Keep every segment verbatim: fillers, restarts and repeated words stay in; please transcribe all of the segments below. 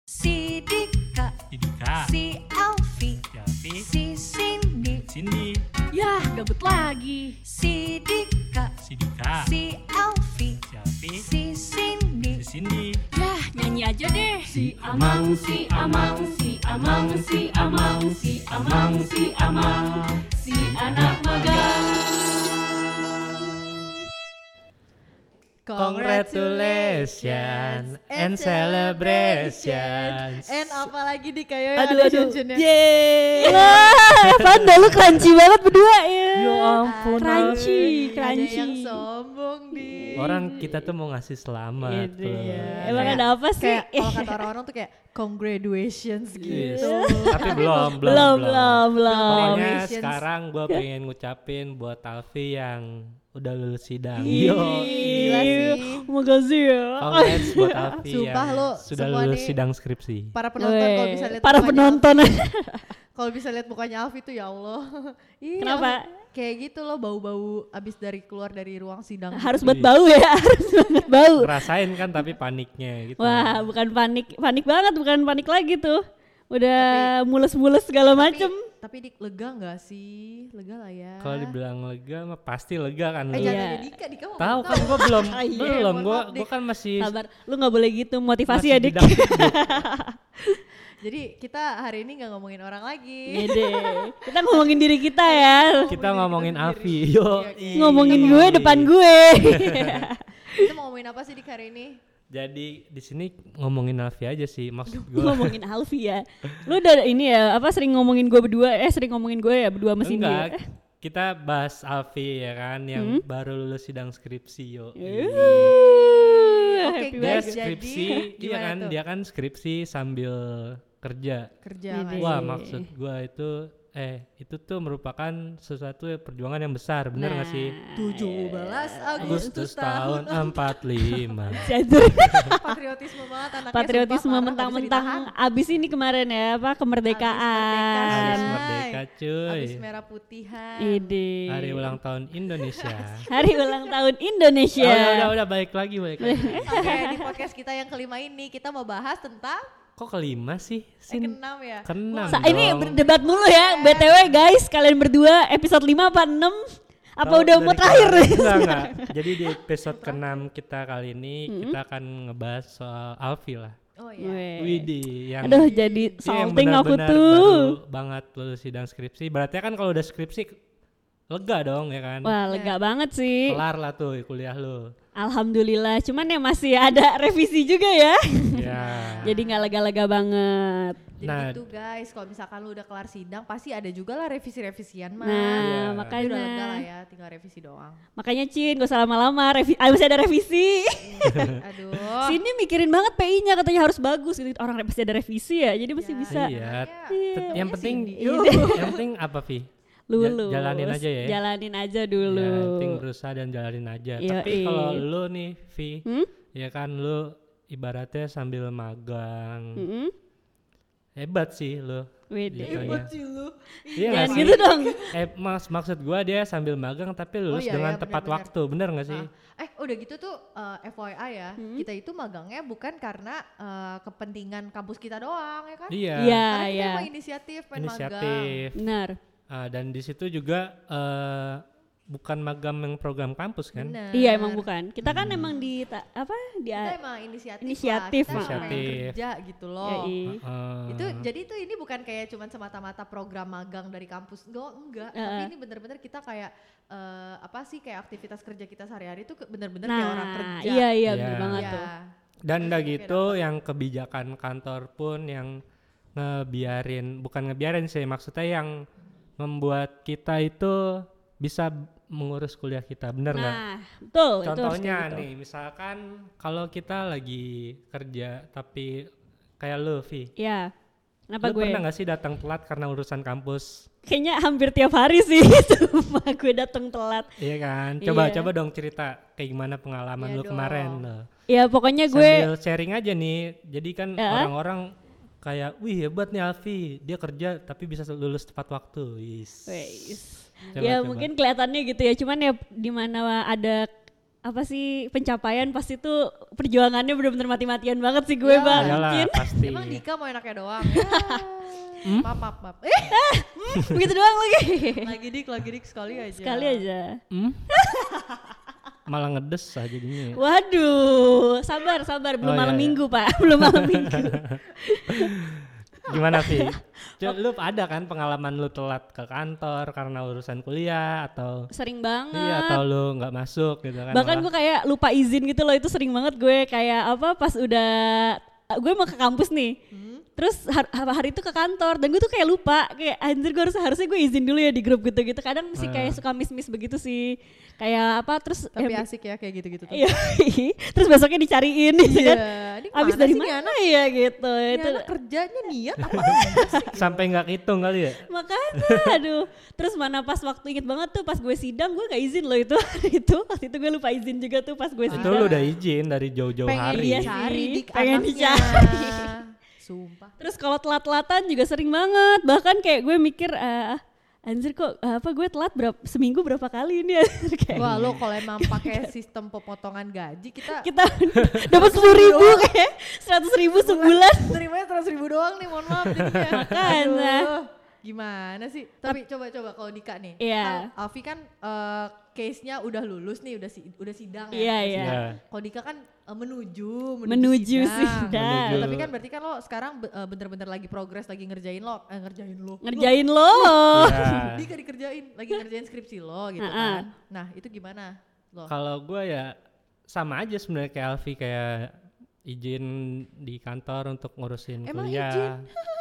Si Dika, Si Dika, si Alfi, si Alfi, si Cindy, Cindy, Yah, gabut lagi. si Dika, si Dika, si Alfi, si Alfi, si Cindy. si Cindy. Yah, nyanyi aja deh. Si Amang, si Amang, si Amang, si Amang, si Amang, si Amang, si anak magang. Congratulations and celebrations. And apalagi di kayak Aduh ada aduh. cincin-cincinnya. Yeay. Wah, Fanda lu crunchy banget berdua ya. Ya ampun. Crunchy, Ada crunchy. yang sombong di. Orang kita tuh mau ngasih selamat. Gitu loh. ya. Kayak- Emang ada apa sih? Kayak kalau kata orang-orang tuh kayak congratulations Yes. gitu. Tapi belum, belum, belum, belum, belum. Pokoknya Congratulations. sekarang gue pengen ngucapin buat Alfi yang udah lulus sidang. Ih, Yo. Gila sih. Makasih ya. Congrats buat Alfi Sumpah yang lo, sudah semua lulus nih sidang skripsi. Para penonton kalau bisa lihat Para mukanya penonton. Alfi- kalau bisa lihat mukanya Alfi tuh ya Allah. Iya, Kenapa? Kayak gitu loh, bau-bau abis dari keluar dari ruang sidang. Harus buat bau ya, harus banget bau. Ngerasain kan tapi paniknya gitu. Wah, bukan panik, panik banget, bukan panik lagi tuh. Udah mulus-mulus segala macem. Tapi di lega nggak sih? Lega lah ya. Kalau dibilang lega mah pasti lega kan Eh lu. jangan Iya. nanya Dika, Dika mau Tahu ngomong kan tahu. gue belum, Iya, belum mohon gue, maaf, gue Dik. kan masih Sabar, lu nggak boleh gitu, motivasi masih ya dik. bidang hidup. Jadi kita hari ini nggak ngomongin orang lagi. Gede. Kita ngomongin diri kita ya. Kita ngomongin diri Alfi, sendiri. yo. Iya, iya. Ngomongin Kita gue mau- depan gue. Kita mau ngomongin apa sih Dik hari ini? Jadi di sini ngomongin Alfi aja sih, maksud gue. Ngomongin Alfi ya. Lu udah ini ya, apa sering ngomongin gue berdua, eh sering ngomongin gue ya berdua sama Cindy ya? Enggak, kita bahas Alfi ya kan, yang Hmm? baru lulus sidang skripsi yo. Uh, Oke, happy Dia guys, banget. skripsi, jadi iya gimana kan, tuh? dia kan skripsi sambil kerja. Kerja Iya, nggak Iya. Wah sih? maksud gue itu, eh itu tuh merupakan sesuatu perjuangan yang besar, bener gak sih? tujuh belas Agustus Agustus tahun tahun empat puluh lima. Jatuh. patriotisme banget anaknya. Patriotisme sumpah, parah, nggak bisa mentang-mentang ditahan. abis ini kemarin ya, apa kemerdekaan. Abis Habis Hai. merdeka cuy. Abis merah putihan. Ide. Hari ulang tahun Indonesia. Hari ulang tahun Indonesia. Oh, udah, udah, udah, balik lagi, balik lagi. Oke, di podcast kita yang kelima ini kita mau bahas tentang Kok kelima sih? eh, Sin keenam ya. keenam Sa- ini dong. berdebat mulu ya, B T W guys, kalian berdua episode lima apa enam? Apa Tahu udah dari mau terakhir? kemarin. Enggak, enggak. Jadi di episode keenam kita kali ini kita akan ngebahas soal Alfi lah. Oh iya. Weh. Widih yang Aduh, jadi dia yang salting aku benar-benar tuh. baru banget lulus sidang skripsi. Berarti kan kalau udah skripsi lega dong ya kan. Wah, lega banget sih. Kelar lah tuh kuliah lu. Alhamdulillah, cuman ya masih ada revisi juga ya. Ya. Jadi nggak lega-lega banget. Jadi Nah. gitu guys, kalau misalkan lu udah kelar sidang pasti ada juga lah revisi-revisian mah. Nah, Iya. Tapi makanya udah lega lah ya, tinggal revisi doang. makanya Cin, gak usah lama-lama, revi- ah, masih ada revisi. Aduh. Sini mikirin banget P I-nya katanya harus bagus gitu. Orang pasti ada revisi ya, jadi mesti Ya, bisa Iya. makanya- Tet- Yang Iya penting sih, yang penting apa Vi? lulus. Ja- jalanin aja ya. Jalanin aja Ya, dulu. yang penting berusaha dan jalanin aja. Yoi. Tapi kalau lu nih Vi, Hmm? ya kan lu ibaratnya sambil magang. Mm-mm. Hebat sih lu. Wede. Gitu Hebat ya. sih lu. Iya Jangan nggak sih? gitu dong. Eh mas maksud gua dia sambil magang tapi lulus iya dengan ya, tepat benar-benar. waktu, bener nggak sih? Ah, eh udah gitu tuh uh, F Y I ya, Hmm. kita itu magangnya bukan karena uh, kepentingan kampus kita doang ya kan? Iya. Iya, Karena kita iya. emang inisiatif pengen magang. Inisiatif. Benar. Ah, dan di situ juga eh, bukan magang yang program kampus kan? Bener. Iya emang bukan. Kita kan Hmm. emang di ta- apa di Kita emang inisiatif, Inisiatif, lah. Kita emang pengen Inisiatif. kerja gitu loh. Yoi. Heeh. Itu jadi tuh ini bukan kayak cuman semata-mata program magang dari kampus enggak enggak Heeh. tapi ini bener-bener kita kayak eh, apa sih kayak aktivitas kerja kita sehari-hari tuh ke- bener-bener Nah, kayak orang kerja. iya iya Iya. bener banget Iya. tuh. Dan udah Oke, gitu yang kebijakan kantor pun yang ngebiarin, bukan ngebiarin sih, maksudnya yang membuat kita itu bisa mengurus kuliah kita, bener nggak? Nah, betul. itu harus Contohnya kayak gitu. nih, misalkan kalau kita lagi kerja tapi kayak lu, Vi, Iya. Kenapa lu gue? pernah nggak sih datang telat karena urusan kampus? Kayaknya hampir tiap hari sih cuma gue datang telat. Iya kan? Coba Iya. coba dong cerita kayak gimana pengalaman Iya lu dong. kemarin. Loh. Ya pokoknya gue Sambil sharing aja nih. Jadi kan Ya. orang-orang kayak, wih hebat nih Alfi, dia kerja tapi bisa lulus tepat waktu. Wis. Weis. Coba, ya coba. mungkin kelihatannya gitu ya, cuman ya di mana ada apa sih pencapaian pas itu perjuangannya bener-bener mati-matian banget sih gue Ya, Bang. Iyalah, Mungkin pasti. Emang Dika mau enaknya doang. Ya. Hmm? Maaf, maaf, maaf. Eh, begitu doang lagi. lagi dik, lagi dik sekali aja. Sekali aja. Hmm? Malah ngedes aja jadinya. ya. Waduh, sabar sabar belum Oh, malam iya, iya. minggu Pak, belum malam minggu. Gimana Vi? Coba lu ada kan pengalaman lu telat ke kantor karena urusan kuliah atau Sering banget. iya atau lu nggak masuk gitu kan? Bahkan malah- gue kayak lupa izin gitu loh, itu sering banget gue kayak apa pas udah gue mau ke kampus nih. Terus har- hari itu ke kantor dan gue tuh kayak lupa, kayak anjir gue harus harusnya gue izin dulu ya di grup gitu-gitu. Kadang sih kayak suka miss-miss begitu sih. Kayak apa terus Tapi eh, asik ya kayak gitu-gitu tuh. iya. Terus besoknya dicariin gitu Iya, kan. ini Abis mana dari sih nih mana ya gitu. Ini Itu anak kerjanya niat apa enggak sih? sampai nggak hitung kali ya? makanya aduh. Terus mana pas waktu inget banget tuh pas gue sidang gue gak izin loh itu hari itu. Waktu itu gue lupa izin juga tuh pas gue Itu sidang. lu udah izin dari jauh-jauh Pengen hari. iya dicari sih, dik pengen anaknya. dicari. Sumpah. Terus kalau telat-telatan juga sering banget. Bahkan kayak gue mikir ah anjir kok apa gue telat berapa seminggu berapa kali ini anjir, kayak Wah lo kalau emang pakai sistem pemotongan gaji kita kita dapat sepuluh ribu kayak seratus ribu sebulan. terimanya seratus ribu doang nih, mohon maaf jadinya. Makanya. Aduh, gimana sih? Tapi coba-coba kalau Dika nih, Iya. kan Alfi kan eh, case-nya udah lulus nih, udah si, udah sidang ya. Iya, udah iya. sidang. Iya. Kalau Dika kan eh, menuju, menuju, Menuju sidang. sidang. Ya, tapi kan berarti kan lo sekarang be- eh, bener-bener lagi progres, lagi ngerjain lo, eh, ngerjain lo. Ngerjain lo. Ya. Dika dikerjain, lagi ngerjain skripsi lo gitu Ha-ha. kan. Nah itu gimana lo? Kalau gue ya sama aja sebenarnya kayak Alfi, kayak izin di kantor untuk ngurusin Emang kuliah.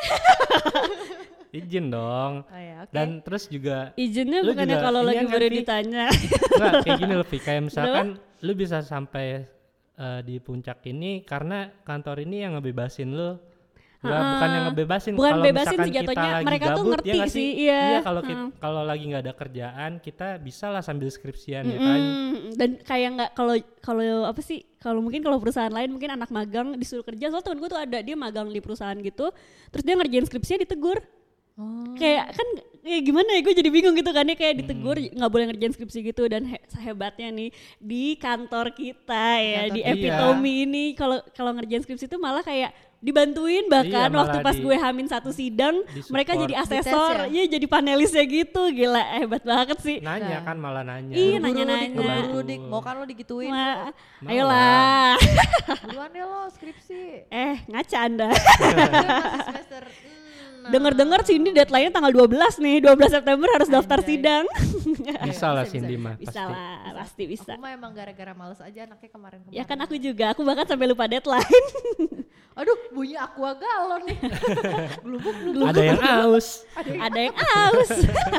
Izin dong. Oh, ya, oke. Dan terus juga Izinnya Lu bukannya juga kalau lagi inian kan, baru Vi? ditanya. enggak kayak gini loh Vi, kayak misalkan lu bisa sampai eh, di puncak ini karena kantor ini yang ngebebasin lu. Nggak, Ha-ha. bukan yang ngebebasin. Bukan Kalau bebasin misalkan sih kita jatuhnya, lagi mereka tuh gabut, ngerti ya nggak sih, iya. Iya kalau kita, Hmm. kalau lagi nggak ada kerjaan kita bisa lah sambil skripsian ya kan. Mm, dan kayak nggak kalau kalau apa sih kalau mungkin kalau perusahaan lain mungkin anak magang disuruh kerja, soalnya temen gue tuh ada dia magang di perusahaan gitu terus dia ngerjain skripsinya ditegur. Oh. Kayak kan ya gimana ya gue jadi bingung gitu kan ya kayak ditegur nggak boleh ngerjain skripsi gitu. Dan he- hebatnya nih di kantor kita ya Kantor di kita. Epitome ini kalau kalau ngerjain skripsi itu malah kayak dibantuin bahkan Iya, waktu malah pas di- gue hamin satu sidang di mereka support. jadi Dites asesor ya? ya jadi panelisnya gitu. Gila hebat banget sih. Nanya Nah. kan malah nanya. Iya, Buru-buru, nanya-nanya. Dik, buru-buru, Ngebantu. Dik. Mau kan lo digituin? Ma- Mau ayolah. Duluan deh lo skripsi. Eh ngaca anda. Kan masih semester enam. Dengar-dengar Cindy deadline-nya tanggal dua belas nih, dua belas September harus daftar Anjay. sidang. Bisa lah Bisa, Cindy bisa. mah Bisa pasti. lah, pasti bisa. Aku mah emang gara-gara males aja anaknya kemarin-kemarin. Ya kan aku juga, aku bahkan sampai lupa deadline. Aduh bunyi aqua galon nih. Gelubuk gelubuk. Ada yang aus. Ada yang aus.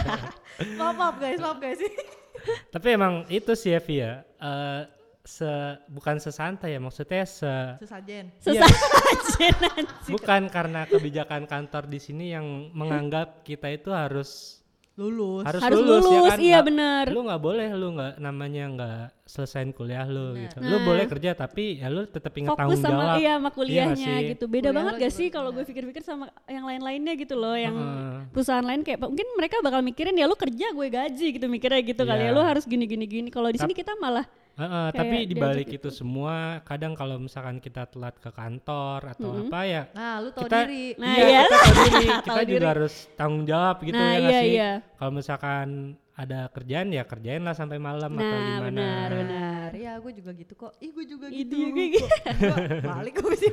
Maaf maaf guys, maaf guys. Tapi emang itu sih ya Vi ya. Eh, se bukan sesantai ya, maksudnya se Sesajen. Iya. Sesajen anjing. bukan karena kebijakan kantor di sini yang menganggap kita itu harus Lulus. harus, Harus lulus, ya lulus, kan. iya Nggak- bener. Lu nggak boleh, lu nggak namanya nggak selesaiin kuliah lu Bener. gitu. Lu Nah. boleh kerja tapi ya lu tetap ingat Fokus tanggung sama jawab. iya sama nggak kuliahnya sih? gitu. Beda Kuliah banget lo gak juga sih kalau gue bener. pikir-pikir sama yang lain-lainnya gitu loh, yang Heeh. perusahaan lain kayak mungkin mereka bakal mikirin ya lu kerja gue gaji gitu mikirnya gitu kali ya, Iya. lu harus gini gini gini. Kalau di sini Tap- kita malah Heeh, Kayak tapi diajak dibalik gitu. itu semua, kadang kalau misalkan kita telat ke kantor atau Mm-mm. apa ya, Nah lu tau kita, diri. Nah, iya, iya. kita tahu diri, kita Tahu juga diri. harus tanggung jawab gitu Nah, ya nggak iya, sih. iya. Kalau misalkan ada kerjaan ya kerjain lah sampai malam atau nah gimana. benar benar. Iya gue juga gitu kok. Ih gue juga Itu gitu. juga gitu. Kok balik gue sih.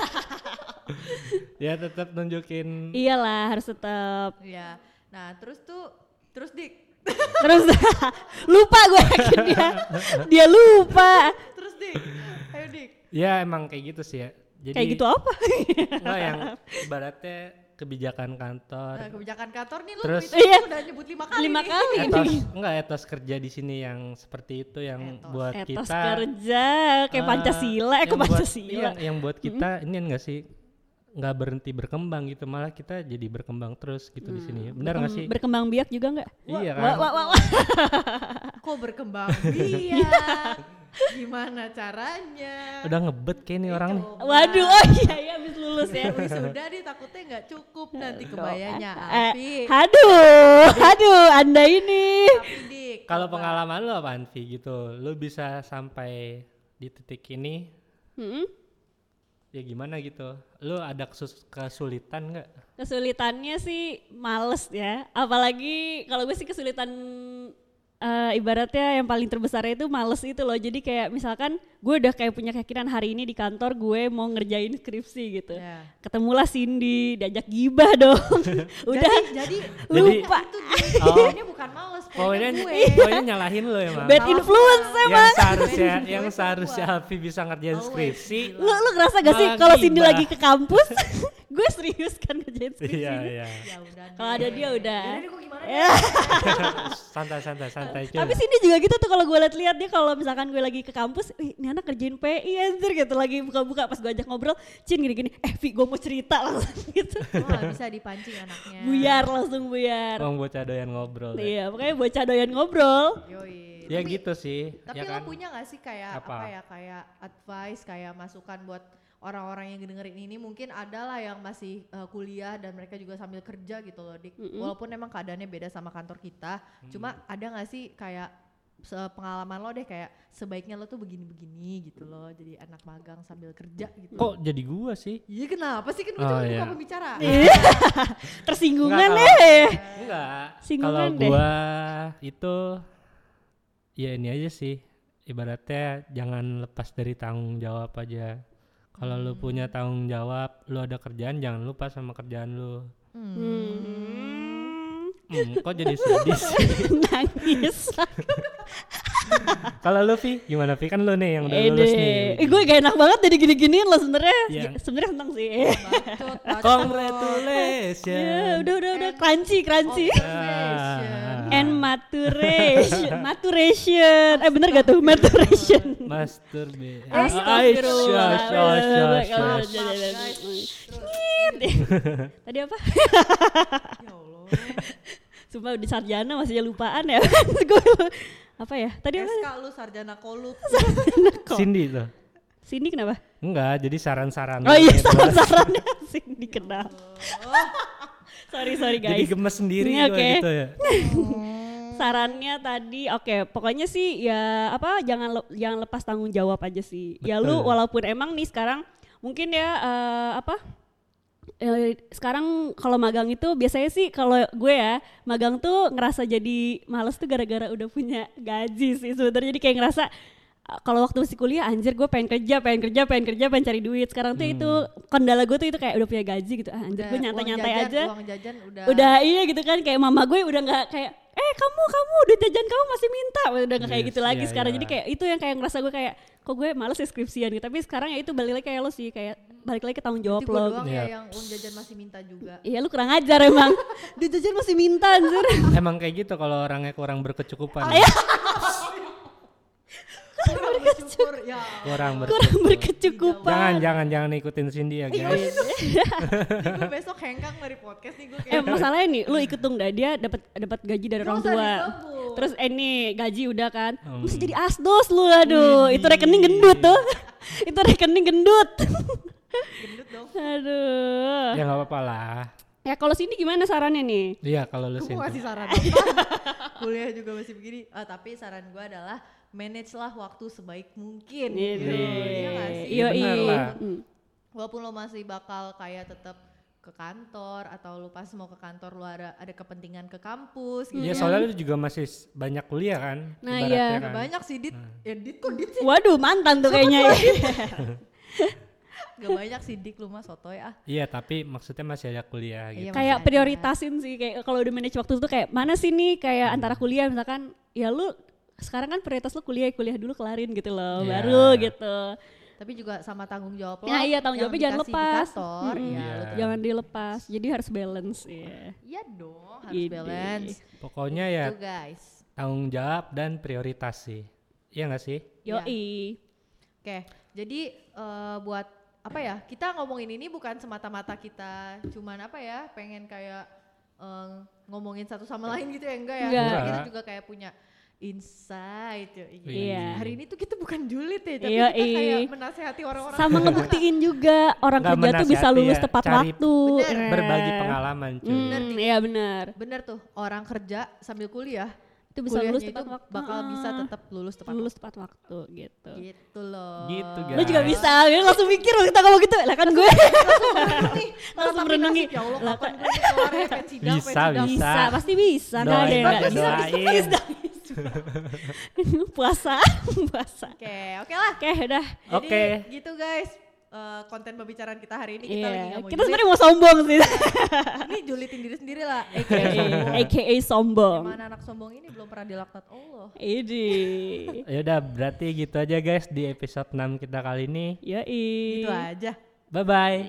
Ya tetap nunjukin. Iyalah harus tetap. Iya. Nah terus tuh terus Dik. Terus lupa gue yakin dia. Dia lupa. Terus Dik. Ayo Dik. Ya emang kayak gitu sih ya. Jadi Kayak gitu apa? enggak yang ibaratnya kebijakan kantor. Nah kebijakan kantor nih lu Terus- itu Iya. udah nyebut lima kali. Lima nih. kali etos ini. enggak etos kerja di sini yang seperti itu yang Etos. buat Etos kita kerja kayak eh, Pancasila, eh ke yang buat- Pancasila. iya, yang buat kita ini enggak sih nggak berhenti berkembang gitu, malah kita jadi berkembang terus gitu di sini. Benar nggak Berkem- sih? Berkembang biak juga nggak? Iya Wah, kan? wah, wah, wah. Kok berkembang biak. Gimana caranya? Udah ngebet kayak nih orang nih. Coba. Waduh, oh iya iya habis lulus ya. Sudah nih takutnya nggak cukup nanti kebayanya Eh, Alfi. aduh, aduh, Anda ini. Tapi Dik, Kalau coba. pengalaman lu apaan Vi gitu? Lu bisa sampai di titik ini Hmm? ya gimana gitu? Lu ada kesus- kesulitan nggak? Kesulitannya sih males ya. Apalagi kalau gue sih kesulitan eh, ibaratnya yang paling terbesarnya itu males itu loh. Jadi kayak misalkan gue udah kayak punya keyakinan hari ini di kantor gue mau ngerjain skripsi gitu. Ya. Ketemulah Cindy, diajak gibah dong. Udah Jadi, jadi Jadi- lupa. itu dia Oh. ini bukan males, Pokoknya, pokoknya gue. pokoknya nyalahin lu emang. Bad Salah influence gua. emang. Yang seharusnya, Gue yang sama seharusnya gua. Alfi bisa ngerjain Always, skripsi. gila. Lu lu ngerasa gak sih Malah kalau Cindy gibah. lagi ke kampus, gue serius kan ngerjain skripsi. Iya iya. Ya udah. Kalau deh. ada dia udah. Ya udah nih, kok gimana Ya. Santai santai santai cuy. Tapi Cindy juga gitu tuh kalau gue liat-liat dia kalau misalkan gue lagi ke kampus, ih ini anak kerjain P I anjir gitu lagi buka-buka pas gue ajak ngobrol, Cin gini-gini, eh Vi gue mau cerita langsung gitu. Oh, nggak bisa dipancing anaknya. Buyar langsung buyar. Bang bocah doyan ngobrol. ya. Iya, makanya bocah doyan ngobrol. Yoi. Ya Tapi- gitu sih. Tapi ya lo kan? punya gak sih kayak apa? Apa? ya kayak advice kayak masukan buat orang-orang yang dengerin ini mungkin ada lah yang masih uh, kuliah dan mereka juga sambil kerja gitu loh Dik. Mm-mm. Walaupun emang keadaannya beda sama kantor kita, cuma ada gak sih kayak se- pengalaman lo deh kayak sebaiknya lo tuh begini-begini gitu loh, jadi anak magang sambil kerja gitu. Kok jadi gua sih? Iya kenapa sih kan gue Oh, cuma iya. buka pembicara. Tersinggungan Enggak, deh. Enggak. Singgungan Kalau deh. gua itu ya ini aja sih. Ibaratnya jangan lepas dari tanggung jawab aja. Kalau lu punya tanggung jawab, lu ada kerjaan jangan lupa sama kerjaan lu. Hmm. Hmm, kok jadi sedih sih? Nangis. Kalau lu Vi, gimana Vi? Kan lu nih yang udah Ede. lulus nih. Eh, gue gak enak banget jadi gini-giniin lo sebenarnya. Iya. Ya, sebenarnya seneng sih. Bacot, bacot. Congratulations. Ya, udah udah udah crunchy crunchy. Observation. And maturation, maturation. Eh bener gak tuh maturation? Masturbate. Tadi apa? Ya Allah. Sumpah di sarjana masih lupaan ya. Gue apa ya? Tadi apa? S K lu sarjana kolup. Cindy tuh. Sini kenapa? Enggak, jadi saran-saran. Oh iya gitu. saran-sarannya sini kenal. Sorry sorry Jadi guys. gemes sendiri Ini gua oke. gitu ya. Sarannya tadi oke pokoknya sih ya apa jangan le- jangan lepas tanggung jawab aja sih. Ya lu Betul. walaupun emang nih sekarang mungkin ya eh, apa eh, sekarang kalau magang itu biasanya sih kalau gue ya magang tuh ngerasa jadi males tuh gara-gara udah punya gaji sih sebenarnya jadi kayak ngerasa eh, kalau waktu masih kuliah anjir gue pengen kerja pengen kerja pengen kerja pengen cari duit sekarang tuh Hmm. itu kendala gue tuh itu kayak udah punya gaji gitu ah, anjir Udah, gue nyantai-nyantai uang aja jajan, Uang jajan udah. udah iya gitu kan kayak mama gue udah nggak kayak eh kamu kamu duit jajan kamu masih minta udah nggak kayak Yes, gitu lagi iya, sekarang iya. jadi kayak itu yang kayak ngerasa gue kayak kok gue males ya skripsian gitu tapi sekarang ya itu balik lagi kayak lo sih kayak balik lagi ke tanggung jawab Berarti gue lo doang Iya. ya yang uang jajan masih minta juga. iya lu kurang ajar emang duit jajan masih minta anjir Emang kayak gitu kalau orangnya kurang berkecukupan. Kurang bersyukur ya. Kurang kurang berkecukupan. berkecukupan Jangan jangan jangan ikutin Cindy ya guys. Nih gue besok hengkang dari podcast nih gue eh kayak. masalahnya nih lu ikut dong dah dia dapat dapat gaji dari Nggak orang usah tua disebut. terus eh nih gaji udah kan Hmm. mesti jadi asdos lu aduh itu rekening gendut tuh itu rekening gendut Gendut dong. aduh Ya nggak apa-apa lah. ya kalau sini gimana sarannya nih Iya kalau lu Gue Cindy. ngasih saran apa? Kuliah juga masih begini. Ah, tapi saran gue adalah manage lah waktu sebaik mungkin. Gitu. Gitu. Iya nggak sih? Iya, Bener iya. lah. Hmm. Walaupun lo masih bakal kayak tetap ke kantor atau lu pas mau ke kantor lu ada ada kepentingan ke kampus gitu. Iya soalnya lu juga masih s- banyak kuliah kan. Nah, ibaratnya iya. Gak kan. banyak sih Dit. Ya Dit kok Dit sih? Waduh mantan tuh kayaknya ya. Gak banyak sih Dik lu mah sotoy ah. Iya tapi maksudnya masih ada kuliah gitu. Iya, Kayak masih ada. prioritasin sih kayak kalau udah manage waktu tuh kayak mana sih nih kayak antara kuliah misalkan ya lu sekarang kan prioritas lu kuliah kuliah dulu kelarin gitu loh Iya. baru gitu. Tapi juga sama tanggung jawab lo. Ya iya tanggung yang jawabnya jangan dikasih di lepas. kantor, Mm-mm. ya, Iya. lu tuh- Jangan dilepas. Jadi harus balance ya. Iya dong, harus Ide. balance. Pokoknya ya Itu guys. tanggung jawab dan prioritas sih. Iya nggak sih? Iya. Yoi. Oke, jadi eh, buat apa ya? Kita ngomongin ini bukan semata-mata kita cuman apa ya? Pengen kayak eh, ngomongin satu sama lain gitu ya enggak ya? Enggak. Tapi kita Enggak. juga kayak punya Insight. Yoi. Iya. Hari ini tuh kita bukan julid ya, tapi Iya, kita kayak iya. menasehati orang-orang. Sama ngebuktiin juga orang Nggak kerja tuh bisa menasihati lulus ya, tepat cari waktu. Bener. Eh. Berbagi pengalaman cuy. Hmm, iya benar. Bener tuh, orang kerja sambil kuliah Itu bisa lulus kuliahnya tepat itu waktu. bakal bisa Ah, tetap lulus tepat lulus tepat waktu gitu. waktu. Gitu loh. Gitu, Lu juga guys. bisa, lu langsung mikir waktu kita ngomong gitu. Lah kan gue langsung merenungi. Ya Allah, Lah kapan gue keluar ya pengen sidang, Bisa, pengen sidang. bisa. bisa, pasti bisa. Enggak ada Doain yang enggak aja, bisa. doain. Puasa, puasa. Oke, oke lah. Oke, udah. Jadi Oke. gitu guys. Eh, konten pembicaraan kita hari ini kita lagi Iya, nggak mau kita julid. sebenarnya mau sombong sih. Ini julitin diri sendiri lah. A K A A sombong. K A sombong. Mana anak sombong ini belum pernah dilaknat Allah. Ini. Ya udah berarti gitu aja guys di episode enam kita kali ini. Yoi. Gitu aja. Bye bye.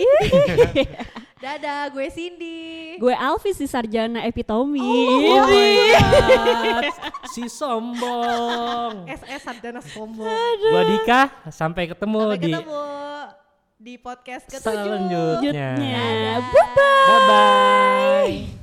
Dadah, gue Cindy. Gue Alfi si sarjana epitomi. Oh my god, si sombong. S S Sarjana sombong. Gua Dika, sampai ketemu Sampai di ketemu di podcast ketujuh. selanjutnya. Selanjutnya. Dadah. Bye bye. Bye bye.